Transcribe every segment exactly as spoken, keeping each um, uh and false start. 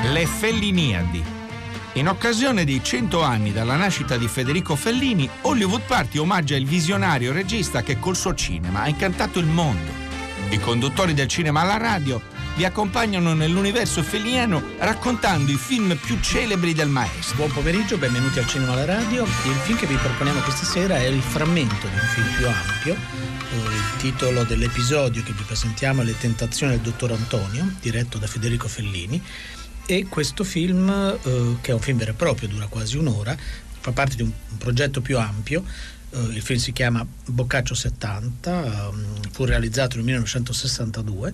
Le Felliniadi. In occasione dei cento anni dalla nascita di Federico Fellini, Hollywood Party omaggia il visionario regista che col suo cinema ha incantato il mondo. I conduttori del cinema alla radio vi accompagnano nell'universo felliniano raccontando i film più celebri del maestro. Buon pomeriggio, benvenuti al Cinema alla Radio. Il film che vi proponiamo questa sera è il frammento di un film più ampio. Il titolo dell'episodio che vi presentiamo è Le tentazioni del dottor Antonio, diretto da Federico Fellini. E questo film, eh, che è un film vero e proprio, dura quasi un'ora, fa parte di un, un progetto più ampio. Eh, il film si chiama Boccaccio settanta, eh, fu realizzato nel millenovecentosessantadue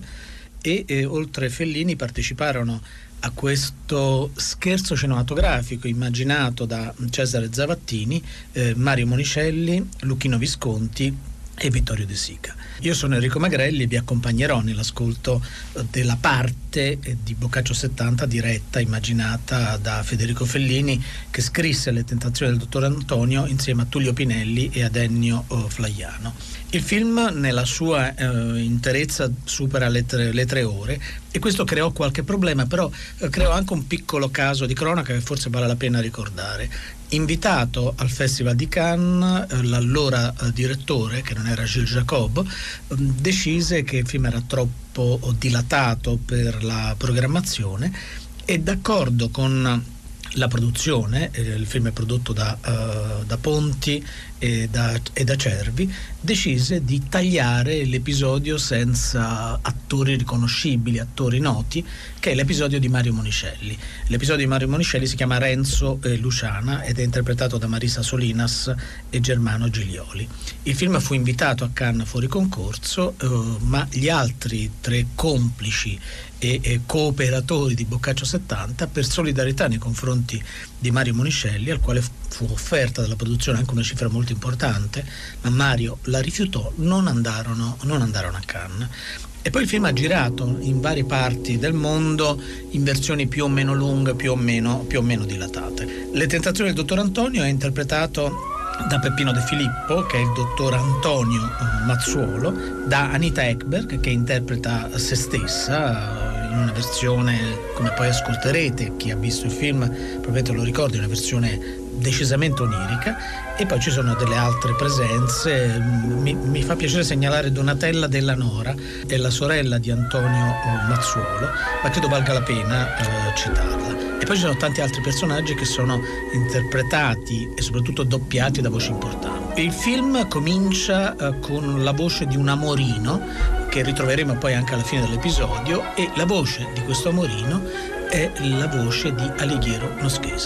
e eh, oltre Fellini parteciparono a questo scherzo cinematografico immaginato da Cesare Zavattini, eh, Mario Monicelli, Luchino Visconti e Vittorio De Sica. Io sono Enrico Magrelli e vi accompagnerò nell'ascolto della parte di Boccaccio settanta diretta, immaginata da Federico Fellini, che scrisse Le tentazioni del dottor Antonio insieme a Tullio Pinelli e ad Ennio Flaiano. Il film nella sua eh, interezza supera le tre, le tre ore e questo creò qualche problema, però eh, creò anche un piccolo caso di cronaca che forse vale la pena ricordare. Invitato al Festival di Cannes, eh, l'allora eh, direttore, che non era Gilles Jacob, eh, decise che il film era troppo dilatato per la programmazione e, d'accordo con la produzione, eh, il film è prodotto da, uh, da Ponti e da, e da Cervi, decise di tagliare l'episodio senza attori riconoscibili, attori noti, che è l'episodio di Mario Monicelli. L'episodio di Mario Monicelli si chiama Renzo e Luciana ed è interpretato da Marisa Solinas e Germano Giglioli. Il film fu invitato a Cannes fuori concorso, uh, ma gli altri tre complici e, e cooperatori di Boccaccio settanta, per solidarietà nei confronti di Mario Monicelli, al quale fu offerta dalla produzione anche una cifra molto importante, ma Mario la rifiutò, non andarono, non andarono a Cannes. E poi il film ha girato in varie parti del mondo in versioni più o meno lunghe, più o meno, più o meno dilatate. Le tentazioni del dottor Antonio è interpretato da Peppino De Filippo, che è il dottor Antonio Mazzuolo, da Anita Ekberg, che interpreta se stessa in una versione, come poi ascolterete, chi ha visto il film probabilmente lo ricorda, una versione decisamente onirica, e poi ci sono delle altre presenze. Mi, mi fa piacere segnalare Donatella Della Nora, è la sorella di Antonio Mazzuolo, ma credo valga la pena eh, citarla. E poi ci sono tanti altri personaggi che sono interpretati e soprattutto doppiati da voci importanti. Il film comincia eh, con la voce di un amorino, che ritroveremo poi anche alla fine dell'episodio, e la voce di questo amorino è la voce di Alighiero Noschesi.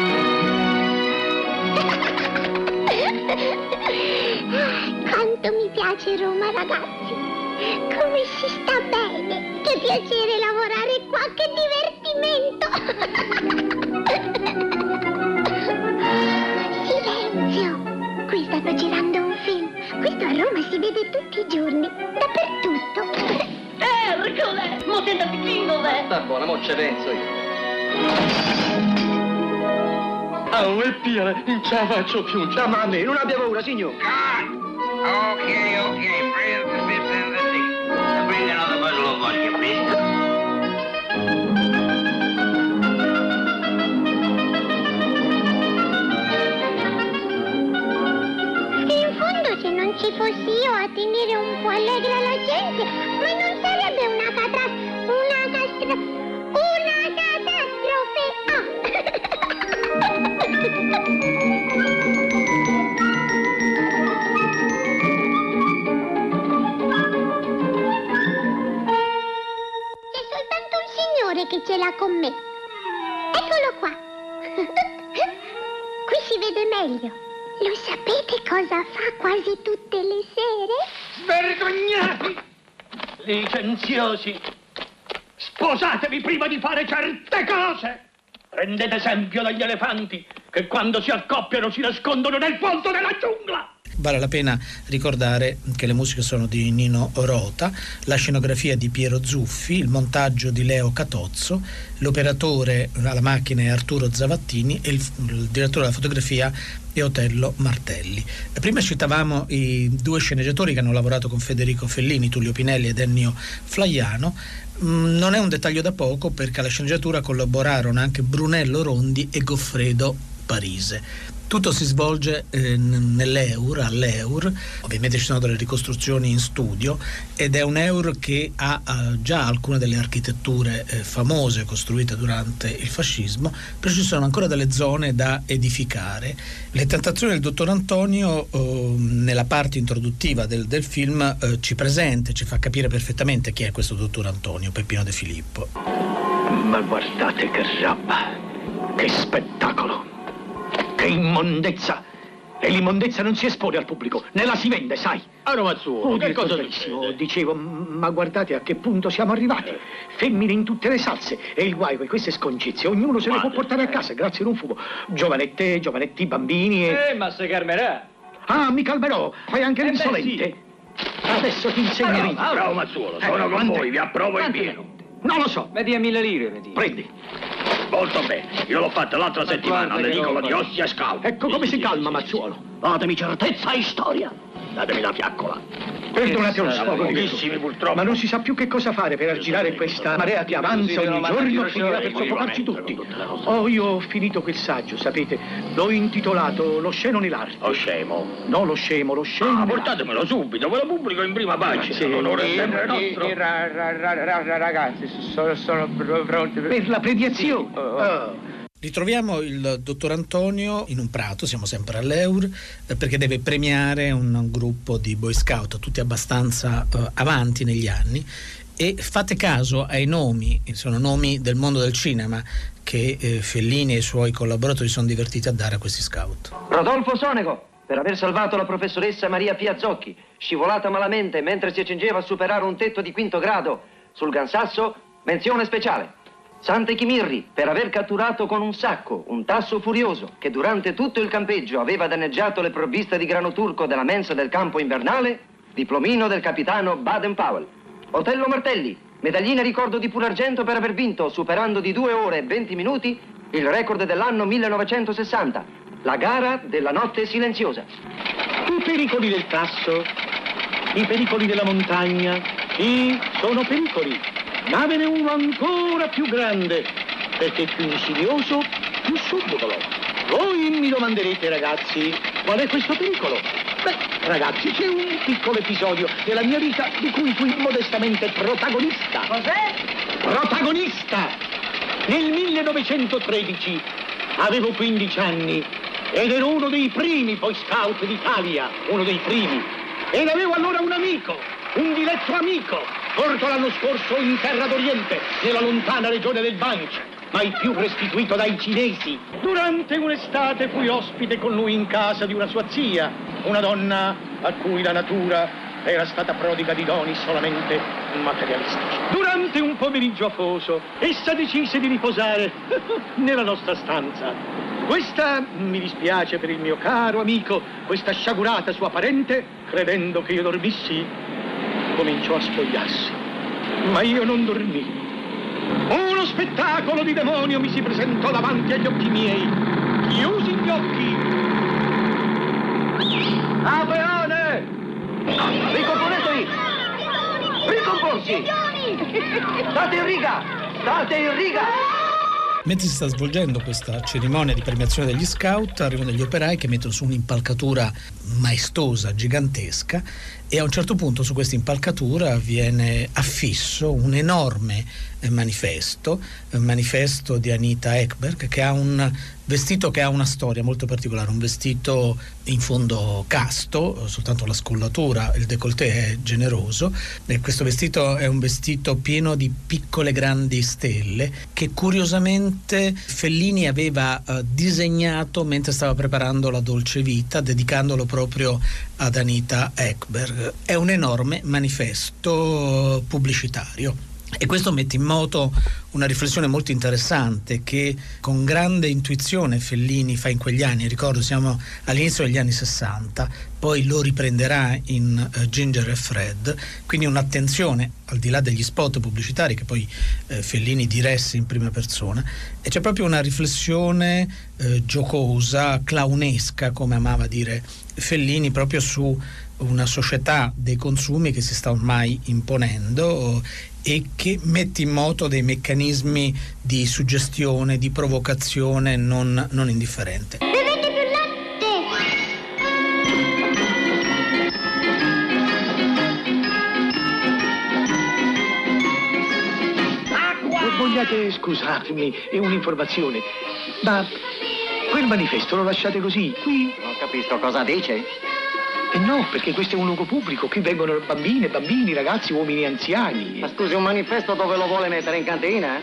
Quanto mi piace Roma, ragazzi! Come si sta bene! Che piacere lavorare qua, che divertimento! Silenzio! Qui stanno girando un film. Questo a Roma si vede tutti i giorni, dappertutto. Ercole! Mo sentati chi dov'è? Sta buona, mo ce penso io. Oh, e Pia, non ce la faccio più, non ce la... Ma a me, non abbia paura, signor. God! Okay, okay, bring the fifth and the sixth. Bring another bottle of vodka, please. Se non ci fossi io a tenere un po' allegra la gente, ma non sarebbe una catastrofe, una castra... una catastrofe! Ah. C'è soltanto un signore che ce l'ha con me. Eccolo qua. Qui si vede meglio. Lo sapete cosa fa quasi tutte le sere? Vergognati! Licenziosi! Sposatevi prima di fare certe cose! Prendete esempio dagli elefanti, che quando si accoppiano si nascondono nel fondo della giungla! Vale la pena ricordare che le musiche sono di Nino Rota, la scenografia di Piero Zuffi, il montaggio di Leo Catozzo, l'operatore alla macchina è Arturo Zavattini e il, il direttore della fotografia è Otello Martelli. Prima citavamo i due sceneggiatori che hanno lavorato con Federico Fellini, Tullio Pinelli ed Ennio Flaiano. Mm, non è un dettaglio da poco, perché alla sceneggiatura collaborarono anche Brunello Rondi e Goffredo Parise. Tutto si svolge eh, nell'Eur, all'Eur, ovviamente ci sono delle ricostruzioni in studio ed è un Eur che ha eh, già alcune delle architetture eh, famose costruite durante il fascismo, però ci sono ancora delle zone da edificare. Le tentazioni del dottor Antonio eh, nella parte introduttiva del, del film eh, ci presenta, ci fa capire perfettamente chi è questo dottor Antonio, Peppino De Filippo. Ma guardate che roba, che spettacolo! Che immondezza! E l'immondezza non si espone al pubblico, né la si vende, sai? A Romazzuolo, Oh, che cosa benissimo, succede? dicevo, ma guardate a che punto siamo arrivati. Femmine in tutte le salse. E il guai con queste sconcezie, ognuno se le può portare a casa, grazie ad un fumo. Giovanette, giovanetti, bambini e... Eh, ma se calmerà. Ah, mi calmerò, fai anche Eh beh, l'insolente. Adesso ti insegnerò. Bravo, Mazzuolo, sono con voi, vi approvo in pieno. Non lo so. Vedi a mille lire, vedi. Prendi. Molto bene, io l'ho fatto l'altra Ma settimana guarda che all'edicolo roba. di Ostia Scout. Ecco come si calma, Mazzuolo. Datemi certezza e storia. Datemi la fiaccola. Perdonate lo sfogo di pochissimi purtroppo. Ma non si sa più che cosa fare per aggirare questa marea che avanza ogni giorno finirà per soffocarci tutti. Oh, io ho finito quel saggio, sapete. L'ho intitolato Lo sceno nell'arte. Lo scemo. No, lo scemo, lo scemo. Ah, nell'arte. portatemelo subito, ve lo pubblico in prima pagina. Sì. L'onore è sempre nostro. Ragazzi, sono, sono pronti Per la prediazione. Oh. Ritroviamo il dottor Antonio in un prato, siamo sempre all'Eur, eh, perché deve premiare un, un gruppo di boy scout, tutti abbastanza eh, avanti negli anni, e fate caso ai nomi, sono nomi del mondo del cinema, che eh, Fellini e i suoi collaboratori sono divertiti a dare a questi scout. Rodolfo Sonego, per aver salvato la professoressa Maria Piazzocchi, scivolata malamente mentre si accingeva a superare un tetto di quinto grado. Sul Gansasso, menzione speciale. Sant'Echimirri, per aver catturato con un sacco un tasso furioso che durante tutto il campeggio aveva danneggiato le provviste di grano turco della mensa del campo invernale, diplomino del capitano Baden-Powell. Otello Martelli, medaglina ricordo di purargento per aver vinto, superando di due ore e venti minuti, il record dell'anno millenovecentosessanta, la gara della notte silenziosa. I pericoli del tasso, i pericoli della montagna, i sono pericoli. Ma ve n'è uno ancora più grande, perché più insidioso, più subdolo. Voi mi domanderete, ragazzi, qual è questo pericolo? Beh, ragazzi, c'è un piccolo episodio della mia vita di cui fui modestamente protagonista. Cos'è? Protagonista! Nel millenovecentotredici avevo quindici anni ed ero uno dei primi Boy Scout d'Italia, uno dei primi. Ed avevo allora un amico, un diletto amico, morto l'anno scorso in terra d'Oriente, nella lontana regione del Banch, mai più restituito dai cinesi. Durante un'estate fui ospite con lui in casa di una sua zia, una donna a cui la natura era stata prodiga di doni solamente materialistici. Durante un pomeriggio afoso, essa decise di riposare nella nostra stanza. Questa, mi dispiace per il mio caro amico, questa sciagurata sua parente, credendo che io dormissi, cominciò a spogliarsi. Ma io non dormii. Uno spettacolo di demonio mi si presentò davanti agli occhi miei. Chiusi gli occhi. Apeone! Ricomponetevi! Ricomporsi! State in riga! State in riga! Mentre si sta svolgendo questa cerimonia di premiazione degli scout, arrivano degli operai che mettono su un'impalcatura maestosa, gigantesca, e a un certo punto su questa impalcatura viene affisso un enorme eh, manifesto, un manifesto di Anita Ekberg, che ha un vestito che ha una storia molto particolare, un vestito in fondo casto, soltanto la scollatura, il décolleté è generoso, e questo vestito è un vestito pieno di piccole grandi stelle che curiosamente Fellini aveva eh, disegnato mentre stava preparando La Dolce Vita, dedicandolo proprio ad Anita Ekberg. È un enorme manifesto pubblicitario. E questo mette in moto una riflessione molto interessante che con grande intuizione Fellini fa in quegli anni. Ricordo, siamo all'inizio degli anni sessanta, poi lo riprenderà in uh, Ginger e Fred, quindi un'attenzione al di là degli spot pubblicitari che poi eh, Fellini diresse in prima persona, e c'è proprio una riflessione eh, giocosa, clownesca, come amava dire Fellini, proprio su una società dei consumi che si sta ormai imponendo e che mette in moto dei meccanismi di suggestione, di provocazione non, non indifferente. Bevete più latte! Acqua! Vogliate scusarmi, è un'informazione, ma quel manifesto lo lasciate così, qui? Non capisco cosa dice. Eh no, perché questo è un luogo pubblico, qui vengono bambine, bambini, ragazzi, uomini anziani. Ma scusi, un manifesto dove lo vuole mettere in cantina?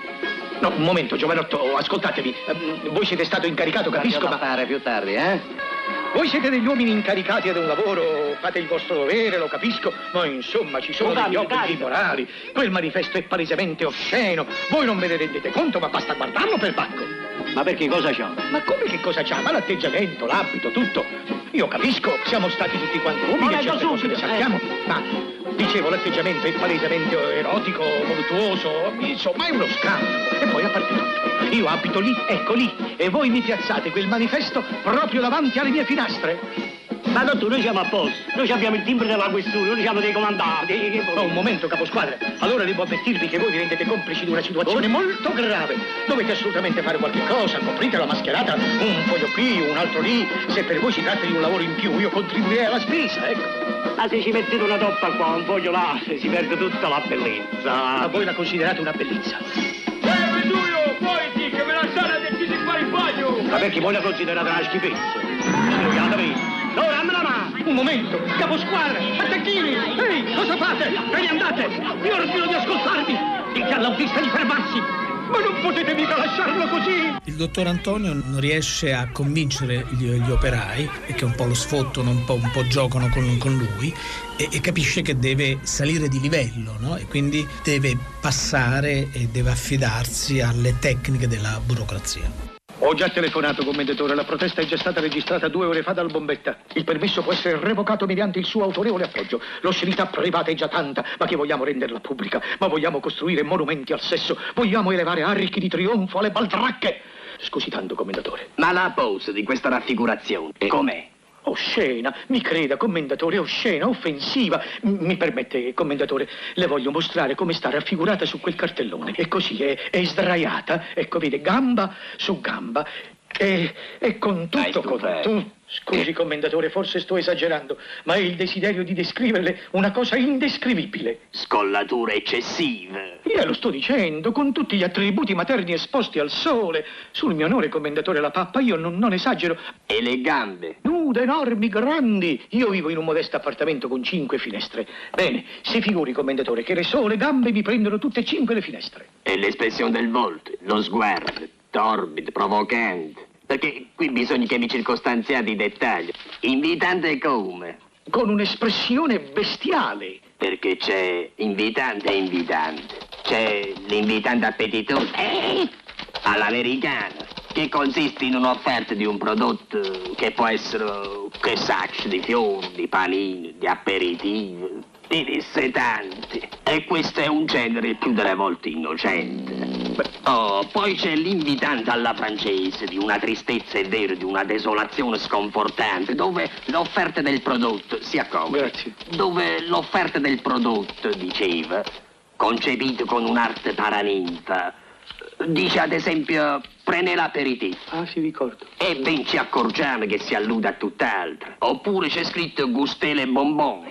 No, un momento, giovanotto, ascoltatemi. Eh, voi siete stato incaricato, capisco, ma... fare più tardi, eh? Voi siete degli uomini incaricati ad un lavoro, fate il vostro dovere, lo capisco, ma insomma ci sono degli obblighi morali. Quel manifesto è palesemente osceno. Voi non ve ne rendete conto, ma basta guardarlo per bacco. Ma perché cosa c'ha? Ma come che cosa c'ha? Ma l'atteggiamento, l'abito, tutto. Io capisco, siamo stati tutti quanti uomini, e certe cose le sappiamo, ma dicevo, l'atteggiamento è palesemente erotico, voluttuoso, insomma è uno scandalo. E poi a parte tutto, io abito lì, ecco lì, e voi mi piazzate quel manifesto proprio davanti alle mie finestre. Ma dottore, noi siamo a posto, noi abbiamo il timbro della questura, noi siamo dei comandati. Oh, un momento, caposquadra, allora devo avvertirvi che voi vi rendete complici di una situazione molto grave. Dovete assolutamente fare qualche cosa, coprite la mascherata, un foglio qui, un altro lì. Se per voi si tratta di un lavoro in più, io contribuirei alla spesa, ecco. Ma se ci mettete una toppa qua, un foglio là, si perde tutta la bellezza. Ma voi la considerate una bellezza? Eh, Vesuvio, poi che me la sala del ci si fa il bagno! Ma perché voi la considerate una schifezza? Sbagliatamente. Ora, dammi la mano! Un momento, caposquadra, attacchini! Ehi, cosa fate? Ve ne andate! Io ordino di ascoltarvi! Dite all'autista di fermarsi! Ma non potete mica lasciarlo così! Il dottor Antonio non riesce a convincere gli, gli operai, che un po' lo sfottono, un po', un po' giocano con, con lui, e, e capisce che deve salire di livello, no? E quindi deve passare e deve affidarsi alle tecniche della burocrazia. Ho già telefonato, commendatore. La protesta è già stata registrata due ore fa dal Bombetta. Il permesso può essere revocato mediante il suo autorevole appoggio. L'oscenità privata è già tanta, ma che vogliamo renderla pubblica. Ma vogliamo costruire monumenti al sesso. Vogliamo elevare arricchi di trionfo alle baldracche. Scusi tanto, commendatore. Ma la pose di questa raffigurazione com'è? Oscena, mi creda, commendatore, oscena, offensiva. M- mi permette, commendatore, le voglio mostrare come sta raffigurata su quel cartellone. E così è, è sdraiata, ecco, vede, gamba su gamba. E, e con tutto, con tutto. Scusi, commendatore, forse sto esagerando, ma è il desiderio di descriverle una cosa indescrivibile. Scollature eccessive. Io lo sto dicendo, con tutti gli attributi materni esposti al sole. Sul mio onore, commendatore, la pappa, io non, non esagero. E le gambe? Nude, enormi, grandi. Io vivo in un modesto appartamento con cinque finestre. Bene, si figuri, commendatore, che le sole gambe mi prendono tutte e cinque le finestre. E l'espressione del volto, lo sguardo, torbido, provocante. Perché qui bisogna che mi circostanziate i dettagli. Invitante come? Con un'espressione bestiale. Perché c'è invitante e invitante. C'è l'invitante appetitoso eh, all'americana, che consiste in un'offerta di un prodotto che può essere, che sacci di fiori, di panini, di aperitivi, di dissetanti. E questo è un genere il più delle volte innocente. Oh, poi c'è l'invitante alla francese, di una tristezza, è vero, di una desolazione sconfortante, dove l'offerta del prodotto, si accomodi, grazie, dove l'offerta del prodotto, diceva, concepito con un'arte paraninfa, dice ad esempio, prene l'aperitivo. Ah, si ricordo. E ben ci accorgiamo che si allude a tutt'altro. Oppure c'è scritto gustele bonbon.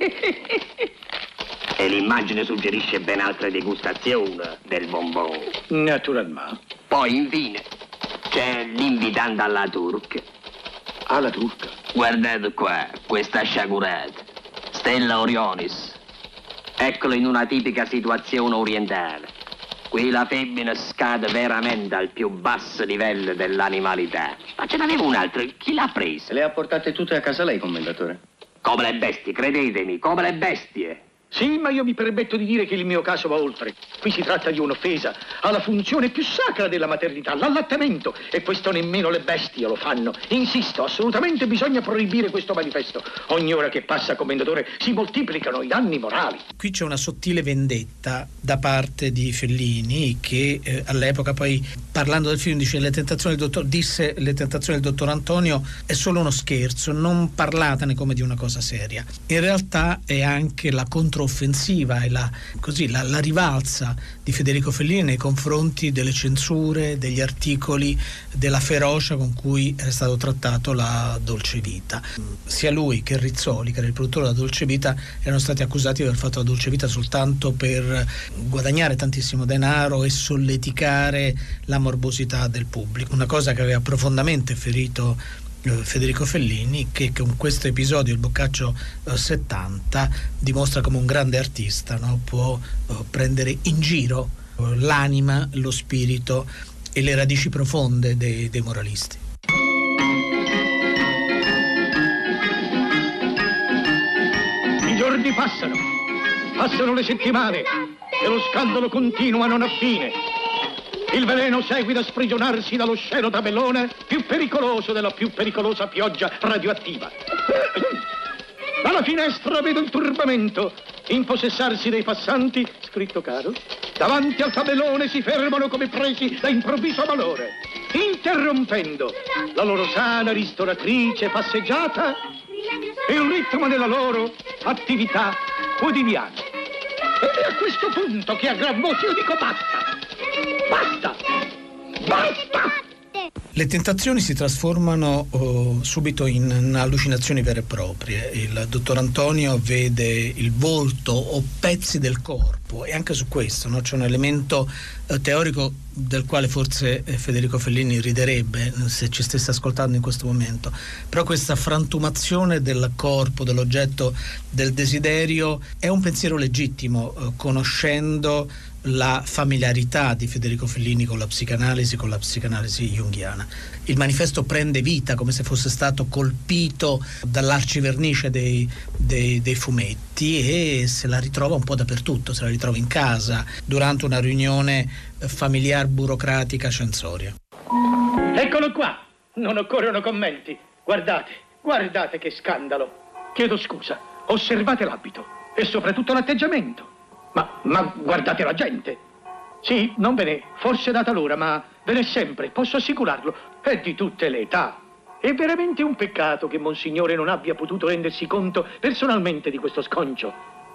E l'immagine suggerisce ben altre degustazioni del bonbon. Naturalmente. Poi, infine, c'è l'invitante alla turca. Alla turca? Guardate qua, questa sciagurata. Stella Orionis. Eccolo in una tipica situazione orientale. Qui la femmina scade veramente al più basso livello dell'animalità. Ma ce n'aveva un'altra, chi l'ha presa? Le ha portate tutte a casa lei, commendatore? Come le bestie, credetemi, come le bestie. Sì, ma io mi permetto di dire che il mio caso va oltre. Qui si tratta di un'offesa alla funzione più sacra della maternità, l'allattamento. E questo nemmeno le bestie lo fanno. Insisto, assolutamente bisogna proibire questo manifesto. Ogni ora che passa, commendatore, si moltiplicano i danni morali. Qui c'è una sottile vendetta da parte di Fellini che eh, all'epoca poi, parlando del film, dice le tentazioni del dottor, disse le tentazioni del dottor Antonio è solo uno scherzo, non parlatene come di una cosa seria. In realtà è anche la controffensiva e la, così, la, la rivalsa di Federico Fellini nei confronti delle censure, degli articoli, della ferocia con cui era stato trattato la Dolce Vita. Sia lui che Rizzoli, che era il produttore della Dolce Vita, erano stati accusati di aver fatto la Dolce Vita soltanto per guadagnare tantissimo denaro e solleticare la morbosità del pubblico, una cosa che aveva profondamente ferito Federico Fellini, che con questo episodio, il Boccaccio eh, settanta, dimostra come un grande artista, no? può eh, prendere in giro eh, l'anima, lo spirito e le radici profonde dei, dei moralisti. I giorni passano, passano le settimane e lo scandalo continua non ha fine. Il veleno seguita a sprigionarsi dallo sceno tabellone più pericoloso della più pericolosa pioggia radioattiva. Dalla finestra vedo il turbamento impossessarsi dei passanti, scritto caro. Davanti al tabellone si fermano come presi da improvviso malore, interrompendo la loro sana ristoratrice passeggiata e il ritmo della loro attività quotidiana. Ed è a questo punto che a gran voce io dico basta! Basta! Basta! Le tentazioni si trasformano oh, subito in, in allucinazioni vere e proprie. Il dottor Antonio vede il volto o pezzi del corpo, e anche su questo, no? C'è un elemento eh, teorico del quale forse eh, Federico Fellini riderebbe se ci stesse ascoltando in questo momento, però questa frantumazione del corpo, dell'oggetto del desiderio è un pensiero legittimo, eh, conoscendo la familiarità di Federico Fellini con la psicanalisi, con la psicanalisi junghiana. Il manifesto prende vita come se fosse stato colpito dall'arcivernice dei, dei, dei fumetti e se la ritrova un po' dappertutto, se la ritrova in casa, durante una riunione familiar burocratica censoria. Eccolo qua, non occorrono commenti. Guardate, guardate che scandalo. Chiedo scusa, osservate l'abito e soprattutto l'atteggiamento. Ma, ma guardate la gente. Sì, non ve ne, forse data l'ora, ma ve n'è sempre, posso assicurarlo, è di tutte le età. È veramente un peccato che Monsignore non abbia potuto rendersi conto personalmente di questo sconcio.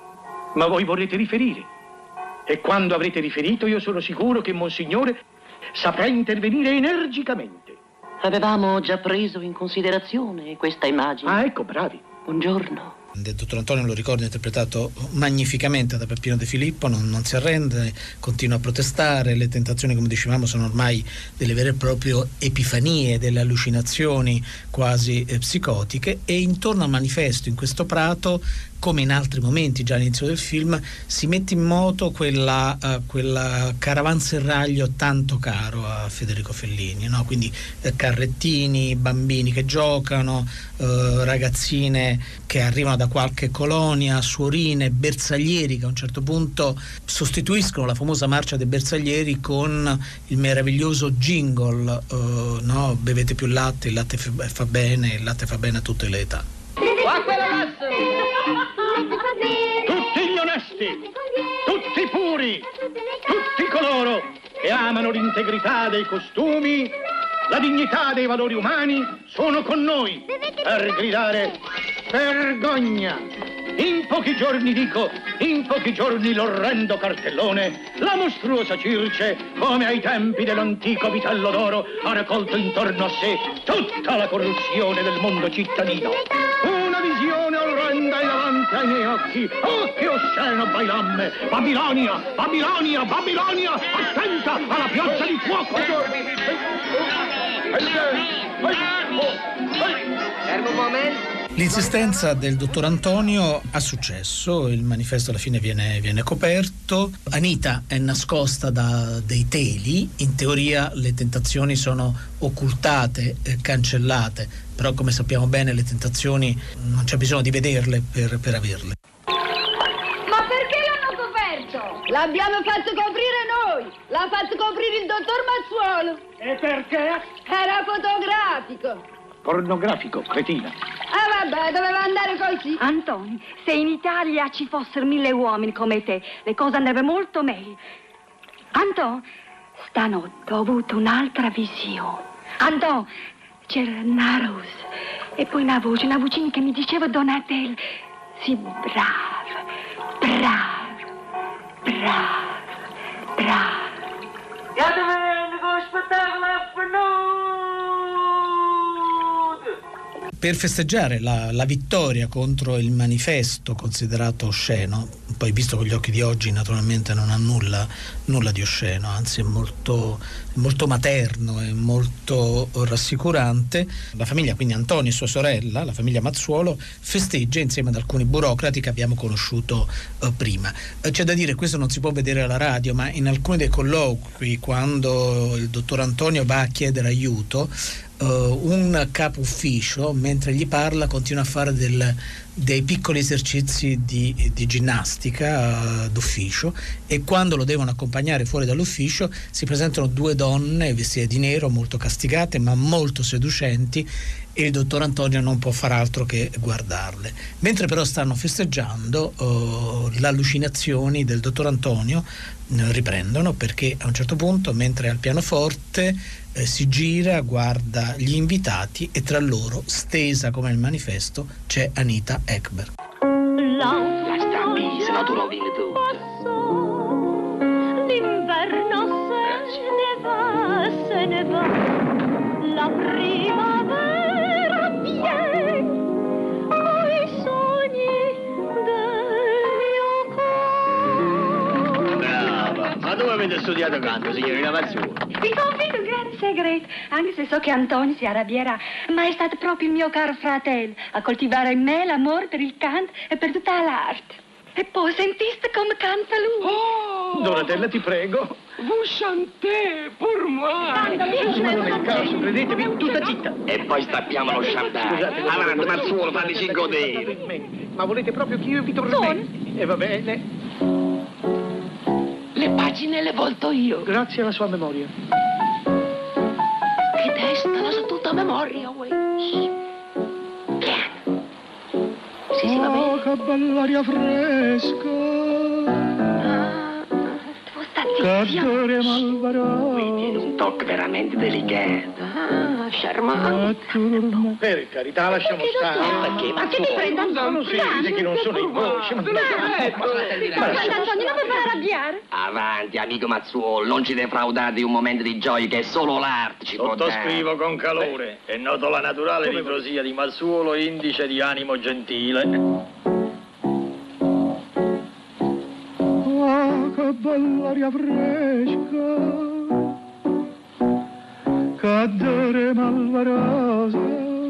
Ma voi vorrete riferire. E quando avrete riferito io sono sicuro che Monsignore saprà intervenire energicamente. Avevamo già preso in considerazione questa immagine. Ah, ecco, bravi. Buongiorno. Il dottor Antonio, lo ricordo, interpretato magnificamente da Peppino De Filippo, non, non si arrende, continua a protestare. Le tentazioni, come dicevamo, sono ormai delle vere e proprie epifanie, delle allucinazioni quasi eh, psicotiche, e intorno al manifesto, in questo prato, come in altri momenti già all'inizio del film, si mette in moto quella, uh, quella caravanserraglio tanto caro a Federico Fellini, no? Quindi eh, carrettini, bambini che giocano, uh, ragazzine che arrivano da qualche colonia, suorine, bersaglieri che a un certo punto sostituiscono la famosa marcia dei bersaglieri con il meraviglioso jingle, uh, no? Bevete più latte, il latte fa bene, il latte fa bene a tutte le età. Qua quello lasso! Tutti gli onesti, tutti i puri, tutti coloro che amano l'integrità dei costumi, la dignità dei valori umani, sono con noi per gridare vergogna. In pochi giorni, dico, in pochi giorni l'orrendo cartellone, la mostruosa Circe, come ai tempi dell'antico vitello d'oro, ha raccolto intorno a sé tutta la corruzione del mondo cittadino. Una visione orrenda è davanti ai miei occhi. Oh, che osceno bailamme! Babilonia, Babilonia, Babilonia! Attenta alla piazza di fuoco! Fermo un momento. L'insistenza del dottor Antonio ha successo, il manifesto alla fine viene, viene coperto, Anita è nascosta da dei teli, in teoria le tentazioni sono occultate, eh, cancellate, però come sappiamo bene le tentazioni non c'è bisogno di vederle per, per averle. Ma L'abbiamo fatto coprire noi! L'ha fatto coprire il dottor Mazzuolo! E perché? Era fotografico! Pornografico, cretina. Ah vabbè, doveva andare così! Antoni, se in Italia ci fossero mille uomini come te, le cose andrebbero molto meglio. Anton, stanotte ho avuto un'altra visione. Anton, c'era una rosa e poi una voce, una vocina che mi diceva Donatello. Sì, brava, brava. Bravo, bravo. Andiate bene con lo spettacolo a Per festeggiare la, la vittoria contro il manifesto considerato osceno, poi visto con gli occhi di oggi naturalmente non ha nulla, nulla di osceno, anzi è molto, molto materno e molto rassicurante, la famiglia, quindi Antonio e sua sorella, la famiglia Mazzuolo, festeggia insieme ad alcuni burocrati che abbiamo conosciuto eh, prima. Eh, c'è da dire, questo non si può vedere alla radio, ma in alcuni dei colloqui, quando il dottor Antonio va a chiedere aiuto, Uh, un capo ufficio mentre gli parla continua a fare del, dei piccoli esercizi di, di ginnastica uh, d'ufficio, e quando lo devono accompagnare fuori dall'ufficio si presentano due donne vestite di nero, molto castigate ma molto seducenti, e il dottor Antonio non può far altro che guardarle. Mentre però stanno festeggiando, uh, le allucinazioni del dottor Antonio uh, riprendono, perché a un certo punto, mentre è al pianoforte, eh, si gira, guarda gli invitati e tra loro, stesa come il manifesto, c'è Anita Ekberg. La stampi, se no tu rovini tutto. L'inverno se ne va, se ne va, la primavera viene, coi sogni del mio cuore. Brava, ma dove avete studiato canto, signorina Mazzuolo? Vi confido un grande segreto, anche se so che Antonio si arrabbierà, ma è stato proprio il mio caro fratello a coltivare in me l'amore per il canto e per tutta l'arte. E poi sentiste come canta lui? Oh! Donatella, ti prego. Vous chantez pour moi! Ma non è il caso, credetemi, tutta zitta. E poi stappiamo lo champagne. Avanti, Mazzuolo, fateci godere. Ma volete proprio che io vi tormenti? E va bene. Le pagine le volto io. Grazie alla sua memoria. Che testa, la so tutta a memoria, uè. Piano. Sì, sì, va bene. Oh, che bella aria fresca. Ah, tu stai zitto. Cadore malvagio. Qui tiene un tocco veramente delicato. Ah, charmante. Per carità, lasciamo stare. Perché? Ma che ti prenda Non si vede che non sono in voce. Ma Guarda, Antonio, non mi far arrabbiare. Avanti, amico Mazzuolo, non ci defraudate di un momento di gioia che solo l'arte ci può dare. Sottoscrivo con calore. È noto la naturale ritrosia di Mazzuolo, indice di animo gentile. Oh, che bella aria fresca, cadere malvarosa.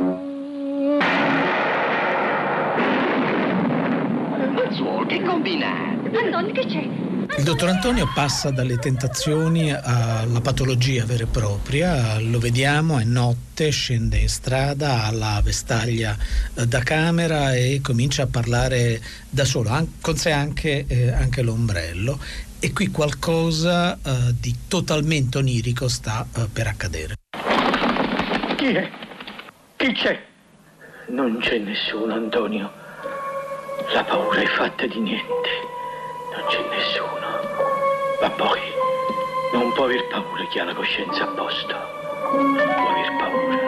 Mazzuolo, che combinate? Antonio, che c'è? Il dottor Antonio passa dalle tentazioni alla patologia vera e propria, lo vediamo, è notte, scende in strada, ha la vestaglia da camera e comincia a parlare da solo, con sé anche, eh, anche l'ombrello, e qui qualcosa eh, di totalmente onirico sta eh, per accadere. Chi è? Chi c'è? Non c'è nessuno, Antonio. La paura è fatta di niente. Non c'è nessuno. Ma poi non può aver paura chi ha la coscienza a posto. Non può aver paura.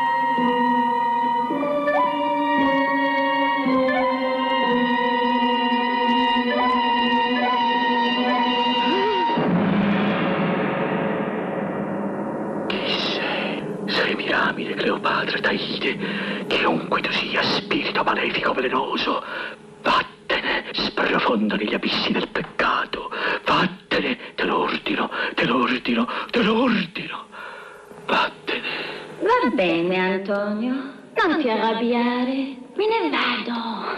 Chi sei? Sei Piramide, Cleopatra, Taide, chiunque tu sia, spirito malefico velenoso, vattene, sprofonda negli abissi del peccato, vattene, te lo ordino, te lo ordino, te lo ordino, vattene. Va bene, Antonio, non ti arrabbiare, me ne vado.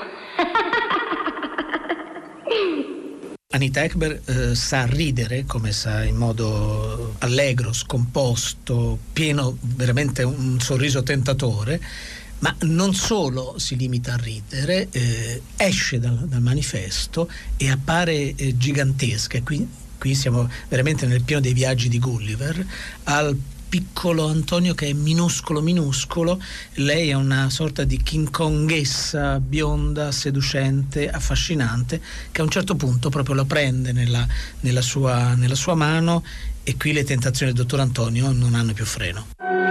Anita Ekberg eh, sa ridere, come sa, in modo allegro, scomposto, pieno veramente un sorriso tentatore, Ma non solo si limita a ridere, eh, esce dal, dal manifesto e appare eh, gigantesca. Qui, qui siamo veramente nel pieno dei viaggi di Gulliver, al piccolo Antonio che è minuscolo minuscolo, lei è una sorta di King Kongessa bionda, seducente, affascinante, che a un certo punto proprio la prende nella, nella, sua, nella sua mano, e qui le tentazioni del dottor Antonio non hanno più freno.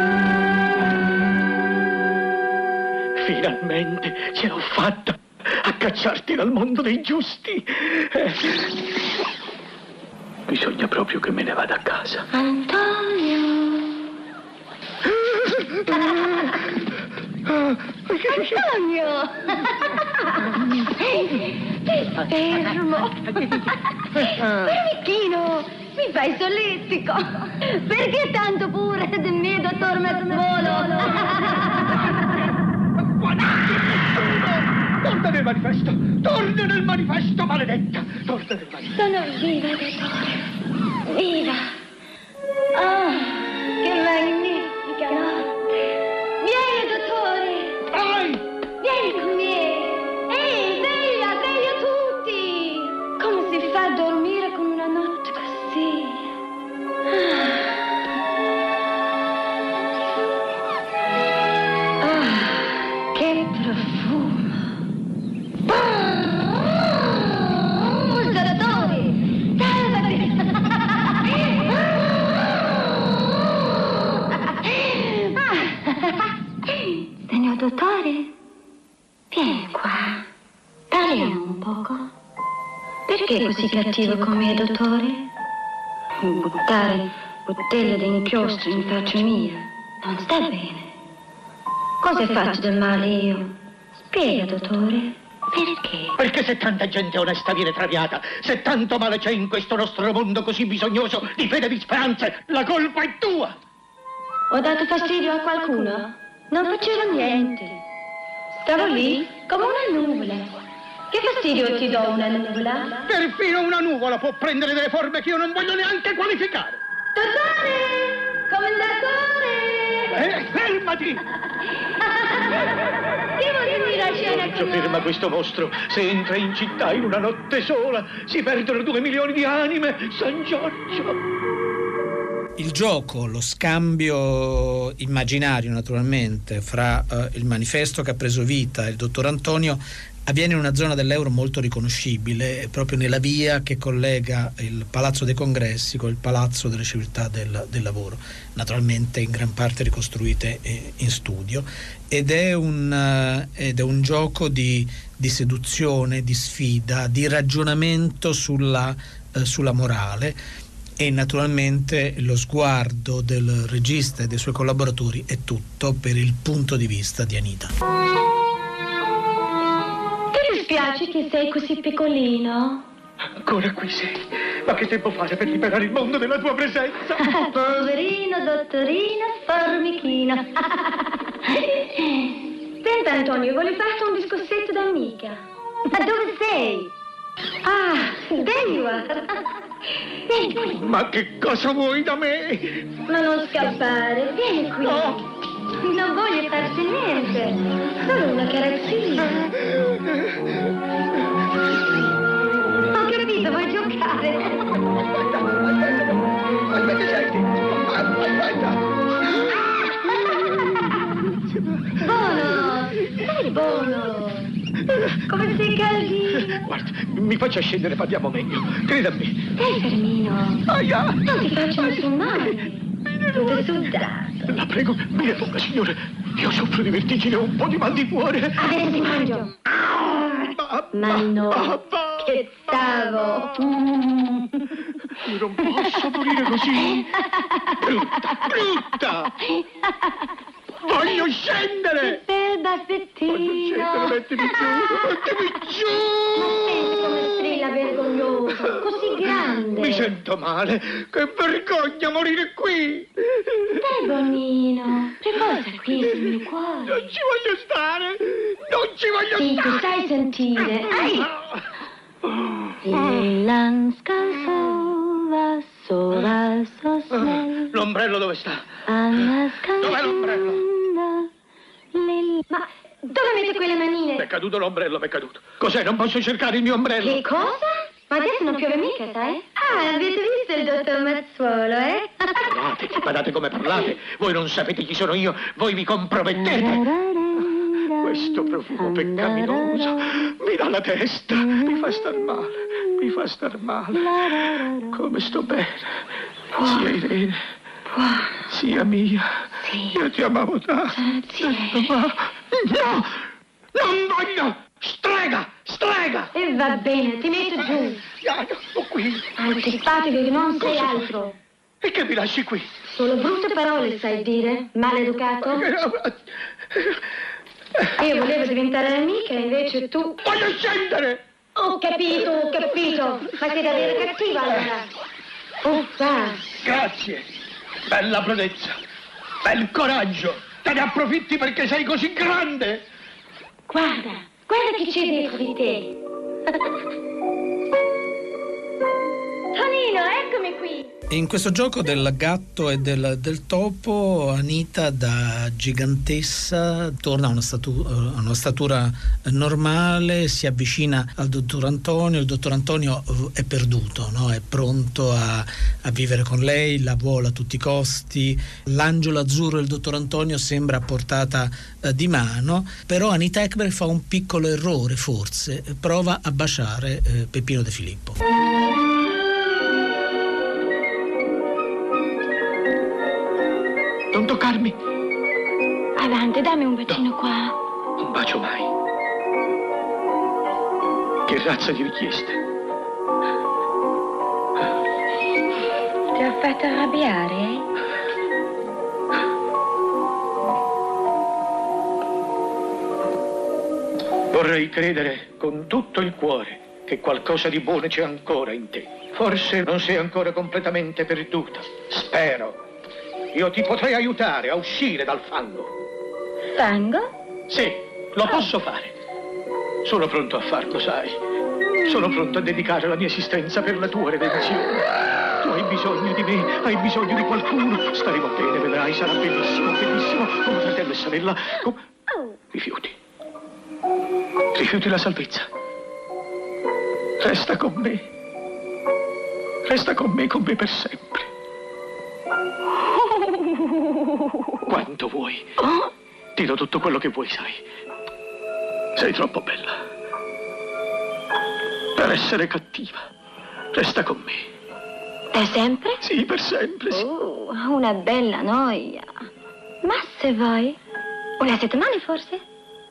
Finalmente ce l'ho fatta a cacciarti dal mondo dei giusti. Eh. Bisogna proprio che me ne vada a casa. Antonio! Antonio! Sei fermo! Fermichino! Mi fai solletico! Perché tanto pure del mio dottor Mazzolo? Torna nel manifesto! Torna nel manifesto, maledetta! Torna nel manifesto! Sono viva, dottore! Viva! Ah, che magnifica notte! Vieni, dottore! Vai! Vieni con me! Ehi, sveglia, sveglia tutti! Come si fa a dormire con una notte così? Ah, ah che profumo! Dottore! Salvati! Signor dottore, vieni qua, parliamo un poco. Perché così cattivo con me, dottore? Buttare bottiglie di inchiostro in faccia mia non sta bene. Cosa hai fatto del male io? Spiega, dottore, perché? Perché se tanta gente onesta viene traviata, se tanto male c'è in questo nostro mondo così bisognoso di fede e di speranze, la colpa è tua! Ho dato fastidio a qualcuno? Non facevo niente. Stavo lì come una nuvola. Che fastidio ti do una nuvola? Perfino una nuvola può prendere delle forme che io non voglio neanche qualificare. Dottore! Commendatore! Eh, fermati! Che volevi la scena con noi? Ferma questo mostro. Se entra in città in una notte sola, si perdono due milioni di anime. San Giorgio! Il gioco, lo scambio immaginario naturalmente fra uh, il manifesto che ha preso vita e il dottor Antonio avviene in una zona dell'Euro molto riconoscibile, proprio nella via che collega il Palazzo dei Congressi con il Palazzo delle Civiltà del, del Lavoro, naturalmente in gran parte ricostruite eh, in studio, ed è un, uh, ed è un gioco di, di seduzione, di sfida, di ragionamento sulla, uh, sulla morale. E naturalmente lo sguardo del regista e dei suoi collaboratori è tutto per il punto di vista di Anita. Ti dispiace che sei così piccolino? Ancora qui sei. Ma che tempo fare per liberare il mondo della tua presenza? Poverino, dottorino, formichino. Senta, Antonio, volevo farti un discorsetto d'amica. Ma dove sei? Ah, Daniel. Vieni qui. Ma che cosa vuoi da me? Ma non scappare, vieni qui. No. Non voglio farti niente, solo una carezzina. Ho capito, vuoi giocare? Aspetta, senti. Aspetta. Buono, sei buono. Come sei caldino. Guarda, mi faccia scendere, parliamo meglio. Creda a me. Stai fermino. Aia. Non ti faccio nessun male. Tutto sudato. La prego, mi deponga, signore. Io soffro di vertigine e un po' di mal di cuore. Adesso ti mangio. Ma no, che stavo. Io non posso morire così. Brutta, brutta. Voglio scendere! Che bel baffettino! Voglio scendere, mettimi giù! Mettimi giù! Ma senti come strilla vergognoso, così grande! Mi sento male! Che vergogna morire qui! Dai, Bonino, riposa qui sul mio cuore! Non ci voglio stare! Non ci voglio sì, stare! Sì, tu sai sentire! Il lanscalzova sova sosnel. L'ombrello dove sta? Alla Dov'è l'ombrello? Lilla Ma dove mette quelle manine? Mi è caduto l'ombrello, mi è caduto. Cos'è? Non posso cercare il mio ombrello? Che cosa? Ma adesso non piove mica, sai? Ah, avete visto il dottor Mazzuolo, eh? Guardate, guardate come parlate. Voi non sapete chi sono io, voi vi compromettete. Questo profumo peccaminoso mi dà la testa, mi fa star male, mi fa star male. Come sto bene. Sia Irene, sia mia. Sì. Io ti amavo tanto. Ma... No, non voglio. Strega, strega. E va bene, ti metto giù. Io sto qui. Antipatico che non sei altro. E che mi lasci qui? Solo brutte parole sai dire, maleducato. Io volevo diventare amica, invece tu... Voglio scendere! Ho capito, ho capito. Ma sei davvero cattiva allora. Uffa. Grazie. Bella prodezza. Bel coraggio. Te ne approfitti perché sei così grande. Guarda, guarda chi c'è dietro di te. Tonino, eccomi qui. In questo gioco del gatto e del, del topo, Anita da gigantessa torna a una, statu- a una statura normale, si avvicina al dottor Antonio. Il dottor Antonio è perduto, no? È pronto a, a vivere con lei, la vuole a tutti i costi. L'angelo azzurro del dottor Antonio sembra a portata eh, di mano, però Anita Ekberg fa un piccolo errore, forse, prova a baciare eh, Peppino De Filippo. Non toccarmi. Avanti, dammi un bacino qua. Non bacio mai. Che razza di richieste. Ti ho fatto arrabbiare, eh? Vorrei credere con tutto il cuore che qualcosa di buono c'è ancora in te. Forse non sei ancora completamente perduta. Spero. Io ti potrei aiutare a uscire dal fango. Fango? Sì, lo posso fare. Sono pronto a farlo, sai. Sono pronto a dedicare la mia esistenza per la tua redenzione. Tu hai bisogno di me, hai bisogno di qualcuno. Staremo bene, vedrai, sarà bellissimo, bellissimo. Come fratello e sorella. Com... Rifiuti. Rifiuti la salvezza. Resta con me. Resta con me, con me per sempre. Quanto vuoi? Ti do tutto quello che vuoi, sai. Sei troppo bella per essere cattiva. Resta con me. Per sempre? Sì, per sempre, sì. Oh, una bella noia. Ma se vuoi, una settimana forse?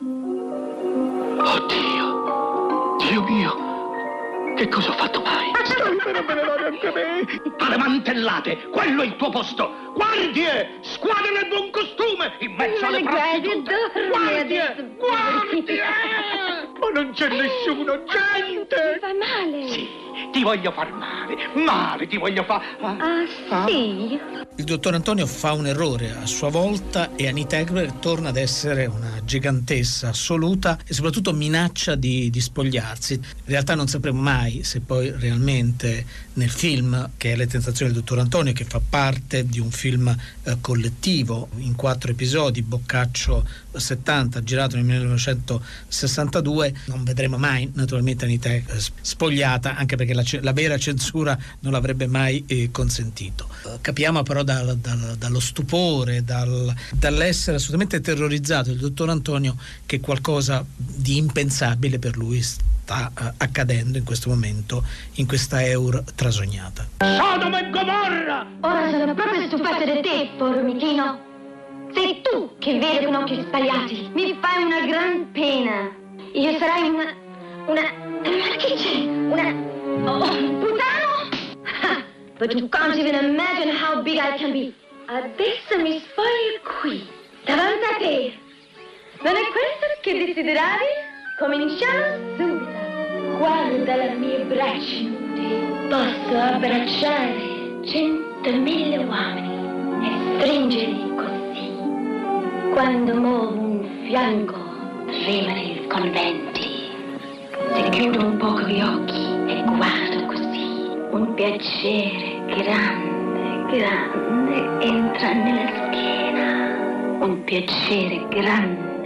Oddio, Dio mio. Che cosa ho fatto mai? Stai per avvelenare anche me! Alle mantellate! Quello è il tuo posto! Guardie! Squadre nel buon costume! In mezzo alle prostitute! Guardie! Guardie! Ma non c'è nessuno, gente! Ti fa male? Sì, ti voglio far male! Male ti voglio fare! Ah, sì? Il dottor Antonio fa un errore a sua volta e Anita Ekberg torna ad essere una gigantessa assoluta e soprattutto minaccia di, di spogliarsi. In realtà non sapremo mai se poi realmente nel film, che è Le tentazioni del dottor Antonio, che fa parte di un film eh, collettivo in quattro episodi, Boccaccio settanta, girato nel millenovecentosessantadue, non vedremo mai naturalmente Anita Ekberg spogliata, anche perché la, la vera censura non l'avrebbe mai eh, consentito. Uh, capiamo però dal, dal, dallo stupore, dal, dall'essere assolutamente terrorizzato il dottor Antonio che qualcosa di impensabile per lui sta uh, accadendo in questo momento, in questa Eur trasognata. Sodoma e Gomorra! Ora sono proprio stufata di te, formichino. Sei tu che vedi con occhi sbagliati. Mi fai una gran pena. Io sarai una... una... ma che c'è? Una... oh, puttano? But you can't even imagine how big I can be. Adesso mi spoglio qui, davanti a te. Non è questo che desideravi? Cominciamo subito. Guarda le mie braccia nude. Posso abbracciare centomila uomini e stringerli così. Quando muovo un fianco, tremano i conventi. Se chiudo un poco gli occhi e guardo così, un piacere grande, grande entra nella schiena. Un piacere grande,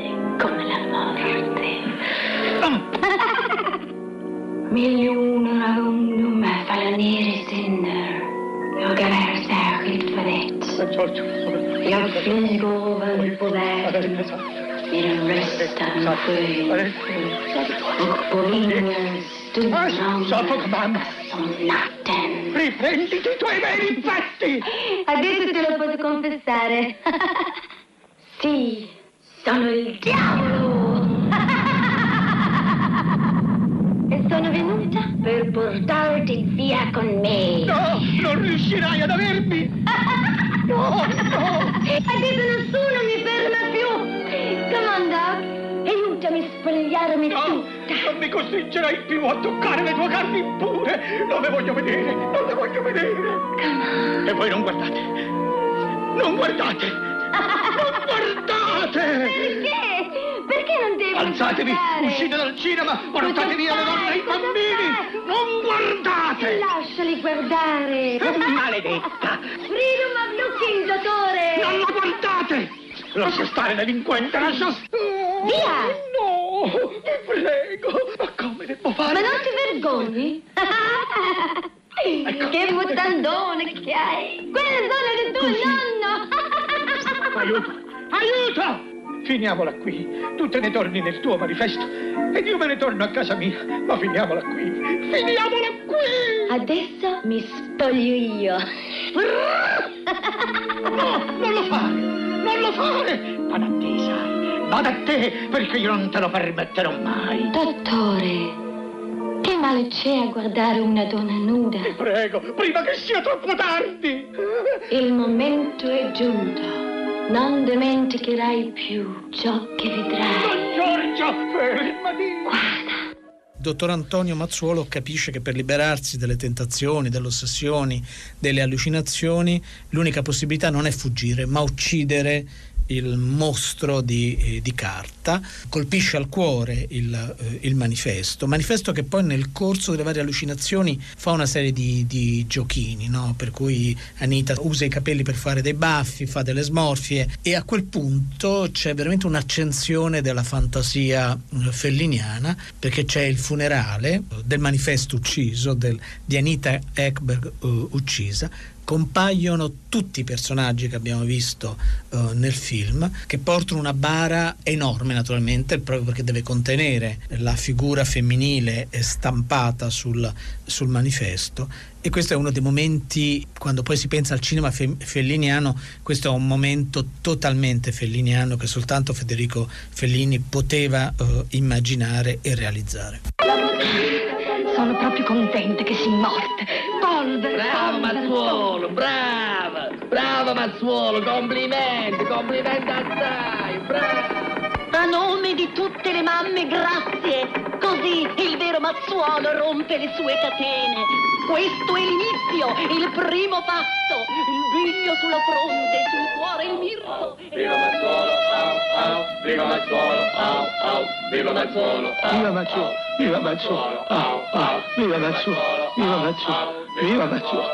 come la morte. Miljoenen ungdomar faller ner i synder. Jag är här särskilt för det. Jag flyger ovanpå världen i den röstande sjön. Och på vingen stundar som natten. Riprendi i tuoi veri fatti! Adesso te lo posso confessare. Sì, sono il diavolo! E sono venuta per portarti via con me. No, non riuscirai ad avermi! No, no! Adesso nessuno mi ferma più! Come on, Doc, aiutami a spogliarmi no, tutta! Non mi costringerai più a toccare le tue carni impure! Non le voglio vedere, non le voglio vedere! Come on! E voi non guardate! Non guardate! Non guardate! Perché? Perché non devo Alzatevi, guardare? uscite dal cinema, portate via le donne e i bambini! Non guardate! Lasciali guardare! Maledetta! Freedom of looking, dottore! Non la guardate! Lascia stare, delinquente, lascia stare! Via! No, ti prego! Ma come devo fare? Ma non ti vergogni? Ecco. Che mutandone che hai! Quelle sono del tuo Così. nonno! Aiuto! Aiuto! Finiamola qui. Tu te ne torni nel tuo manifesto ed io me ne torno a casa mia. Ma finiamola qui. Finiamola qui! Adesso mi spoglio io. No, non lo fare! Non lo fare! Vada a te, sai. Vada a te, perché io non te lo permetterò mai. Dottore, che male c'è a guardare una donna nuda? Ti prego, prima che sia troppo tardi! Il momento è giunto. Non dimenticherai più ciò che vedrai. Don Giorgio, fermati! Guarda. Dottor Antonio Mazzuolo capisce che per liberarsi delle tentazioni, delle ossessioni, delle allucinazioni, l'unica possibilità non è fuggire, ma uccidere il mostro di, eh, di carta. Colpisce al cuore il, eh, il manifesto, manifesto che poi nel corso delle varie allucinazioni fa una serie di, di giochini, no? Per cui Anita usa i capelli per fare dei baffi, fa delle smorfie, e a quel punto c'è veramente un'accensione della fantasia eh, felliniana, perché c'è il funerale del manifesto ucciso, del, di Anita Ekberg eh, uccisa. Compaiono tutti i personaggi che abbiamo visto uh, nel film, che portano una bara enorme, naturalmente, proprio perché deve contenere la figura femminile stampata sul, sul manifesto. E questo è uno dei momenti, quando poi si pensa al cinema fe- felliniano, questo è un momento totalmente felliniano che soltanto Federico Fellini poteva uh, immaginare e realizzare. Sono proprio contenta che sia morta. Polvere. Bravo Mazzuolo, brava! Brava Mazzuolo, complimenti, complimenti assai, brava! A nome di tutte le mamme, grazie. Così il vero Mazzuolo rompe le sue catene. Questo è l'inizio, il primo passo. Il brio sulla fronte, sul cuore il mirto. Viva Mazzuolo, au, au, viva Mazzuolo, au, au, viva Mazzuolo, au, Viva Mazzuolo, viva Mazzuolo, au, au, viva Mazzuolo, viva Mazzuolo, viva Mazzuolo.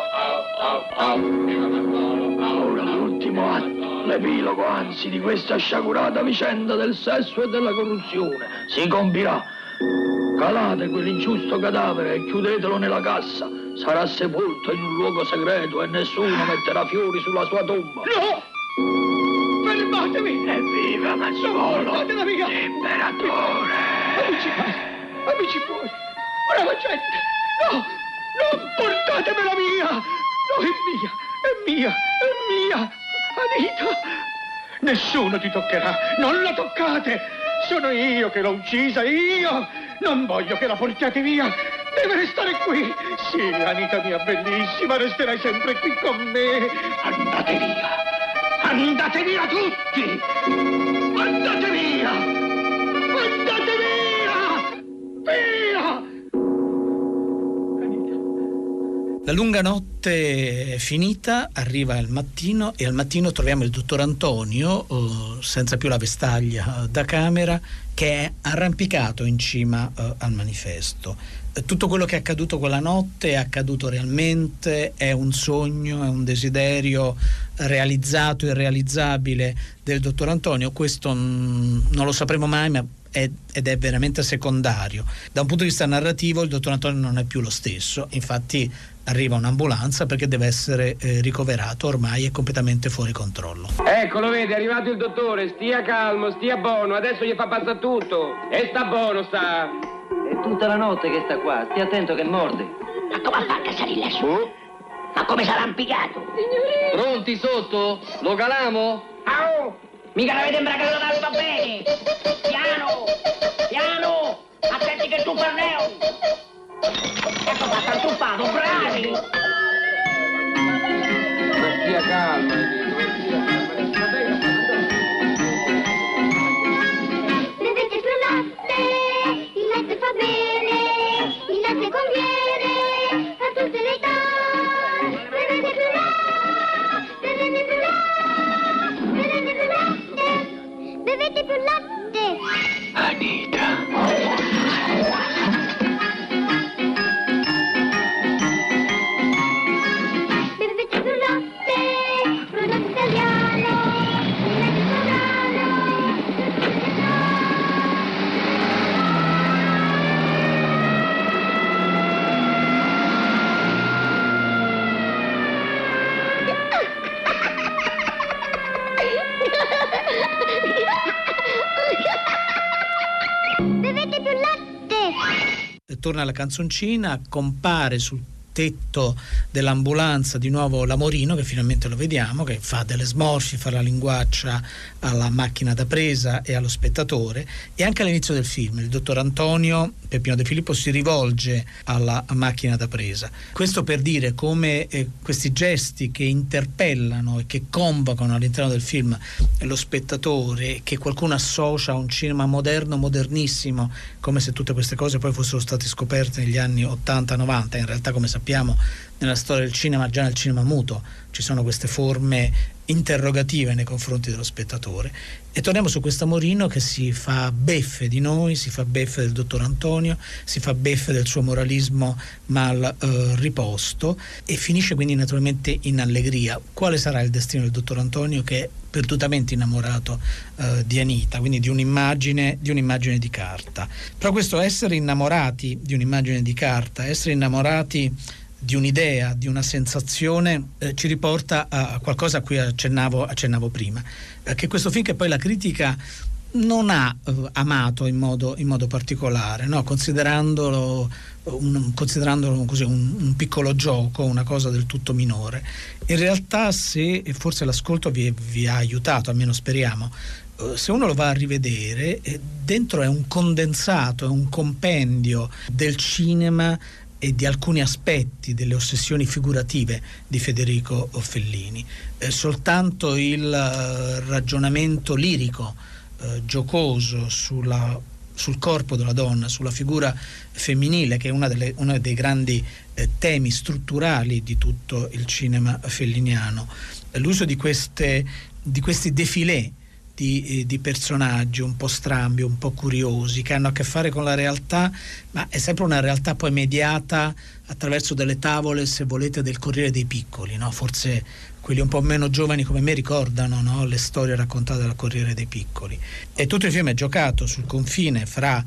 Ora l'ultimo atto, l'epilogo anzi di questa sciagurata vicenda del sesso e della corruzione si compirà. Calate quell'ingiusto cadavere e chiudetelo nella cassa. Sarà sepolto in un luogo segreto e nessuno metterà fiori sulla sua tomba. No! Fermatevi! Evviva Mazzuolo! Portatela via! Imperatore! Amici miei, amici miei, brava gente! No! Non portatemela via! No, è mia, è mia, è mia! Anita! Nessuno ti toccherà! Non la toccate! Sono io che l'ho uccisa, io! Non voglio che la portiate via! Deve restare qui! Sì, Anita mia bellissima, resterai sempre qui con me! Andate via! Andate via tutti! Andate via! Andate via! Via! La lunga notte è finita, arriva il mattino e al mattino troviamo il dottor Antonio, eh, senza più la vestaglia eh, da camera, che è arrampicato in cima eh, al manifesto. Eh, tutto quello che è accaduto quella notte è accaduto realmente, è un sogno, è un desiderio realizzato e realizzabile del dottor Antonio, questo mh, non lo sapremo mai, ma è, ed è veramente secondario. Da un punto di vista narrativo il dottor Antonio non è più lo stesso, infatti arriva un'ambulanza perché deve essere eh, ricoverato, ormai è completamente fuori controllo. Ecco, lo vede, è arrivato il dottore, stia calmo, stia buono, adesso gli fa passare tutto. E sta buono, sta. È tutta la notte che sta qua, stia attento che morde. Ma come ha fatto a salire lassù? Oh. Ma come sarà impiccato? Signore! Pronti sotto? Lo calamo? Au! Mica l'avete imbragato da va bene! Piano! Piano! Attenti che tu parneo! Ecco fatto il tuffato, bravi! Ma stia calma, bevete più latte, il latte fa bene, il latte conviene a tutte le età. Bevete più latte, bevete più latte, bevete più latte, bevete più latte. Anita. Bevete più latte, prodotto italiano, il bevete più latte. Torna la canzoncina, compare sul tetto dell'ambulanza di nuovo l'Amorino, che finalmente lo vediamo, che fa delle smorfie, fa la linguaccia alla macchina da presa e allo spettatore. E anche all'inizio del film il dottor Antonio Peppino De Filippo si rivolge alla macchina da presa. Questo per dire come eh, questi gesti che interpellano e che convocano all'interno del film lo spettatore, che qualcuno associa a un cinema moderno, modernissimo, come se tutte queste cose poi fossero state scoperte negli anni ottanta novanta. In realtà, come sappiamo, nella storia del cinema, già nel cinema muto, ci sono queste forme interrogative nei confronti dello spettatore. E torniamo su questo Amorino che si fa beffe di noi, si fa beffe del dottor Antonio, si fa beffe del suo moralismo mal eh, riposto, e finisce quindi naturalmente in allegria. Quale sarà il destino del dottor Antonio, che è perdutamente innamorato eh, di Anita, quindi di un'immagine, di un'immagine di carta. Però questo essere innamorati di un'immagine di carta, essere innamorati di un'idea, di una sensazione, eh, ci riporta a qualcosa a cui accennavo, accennavo prima, eh, che questo film, che poi la critica non ha eh, amato in modo, in modo particolare, no? considerandolo, un, considerandolo così un, un piccolo gioco, una cosa del tutto minore. In realtà, se e forse l'ascolto vi, vi ha aiutato, almeno speriamo, eh, se uno lo va a rivedere, eh, dentro è un condensato, è un compendio del cinema e di alcuni aspetti delle ossessioni figurative di Federico Fellini. Eh, soltanto il uh, ragionamento lirico, uh, giocoso sulla, sul corpo della donna, sulla figura femminile, che è una delle, uno dei grandi eh, temi strutturali di tutto il cinema felliniano. Eh, l'uso di, queste, di questi défilé Di, di personaggi un po' strambi, un po' curiosi, che hanno a che fare con la realtà, ma è sempre una realtà poi mediata attraverso delle tavole, se volete, del Corriere dei Piccoli, no? Forse quelli un po' meno giovani come me ricordano, no? Le storie raccontate dal Corriere dei Piccoli. E tutto il film è giocato sul confine fra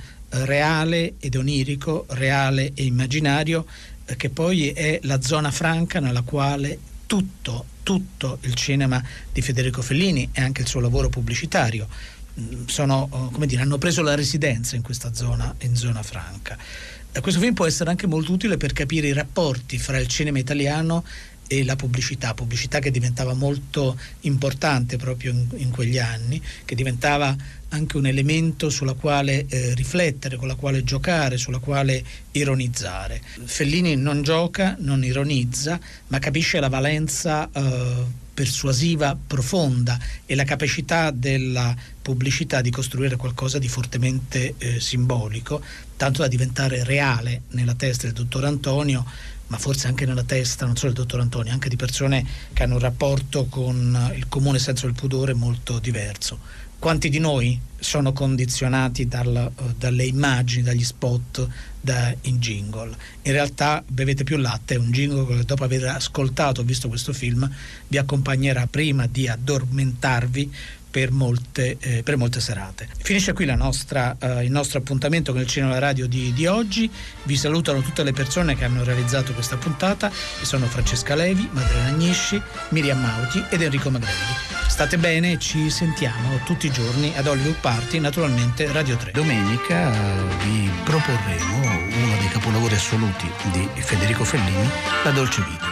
reale ed onirico, reale e immaginario, eh, che poi è la zona franca nella quale tutto tutto il cinema di Federico Fellini e anche il suo lavoro pubblicitario sono, come dire, hanno preso la residenza in questa zona, in zona franca. Questo film può essere anche molto utile per capire i rapporti fra il cinema italiano e la pubblicità, pubblicità che diventava molto importante proprio in, in quegli anni, che diventava anche un elemento sulla quale eh, riflettere, con la quale giocare, sulla quale ironizzare. Fellini non gioca, non ironizza, ma capisce la valenza eh, persuasiva profonda e la capacità della pubblicità di costruire qualcosa di fortemente eh, simbolico, tanto da diventare reale nella testa del dottor Antonio, ma forse anche nella testa, non solo del dottor Antonio, anche di persone che hanno un rapporto con il comune senso del pudore molto diverso. Quanti di noi sono condizionati dal, dalle immagini, dagli spot, da in jingle? In realtà Bevete più latte è un jingle che, dopo aver ascoltato o visto questo film, vi accompagnerà prima di addormentarvi per molte, eh, per molte serate. Finisce qui la nostra, eh, il nostro appuntamento con il Cinema alla Radio di, di oggi. Vi salutano tutte le persone che hanno realizzato questa puntata, che sono Francesca Levi, Maddalena Agnisci, Miriam Mauti ed Enrico Magrelli. State bene, ci sentiamo tutti i giorni ad Hollywood Party, naturalmente Radio tre. Domenica vi proporremo uno dei capolavori assoluti di Federico Fellini, La dolce vita.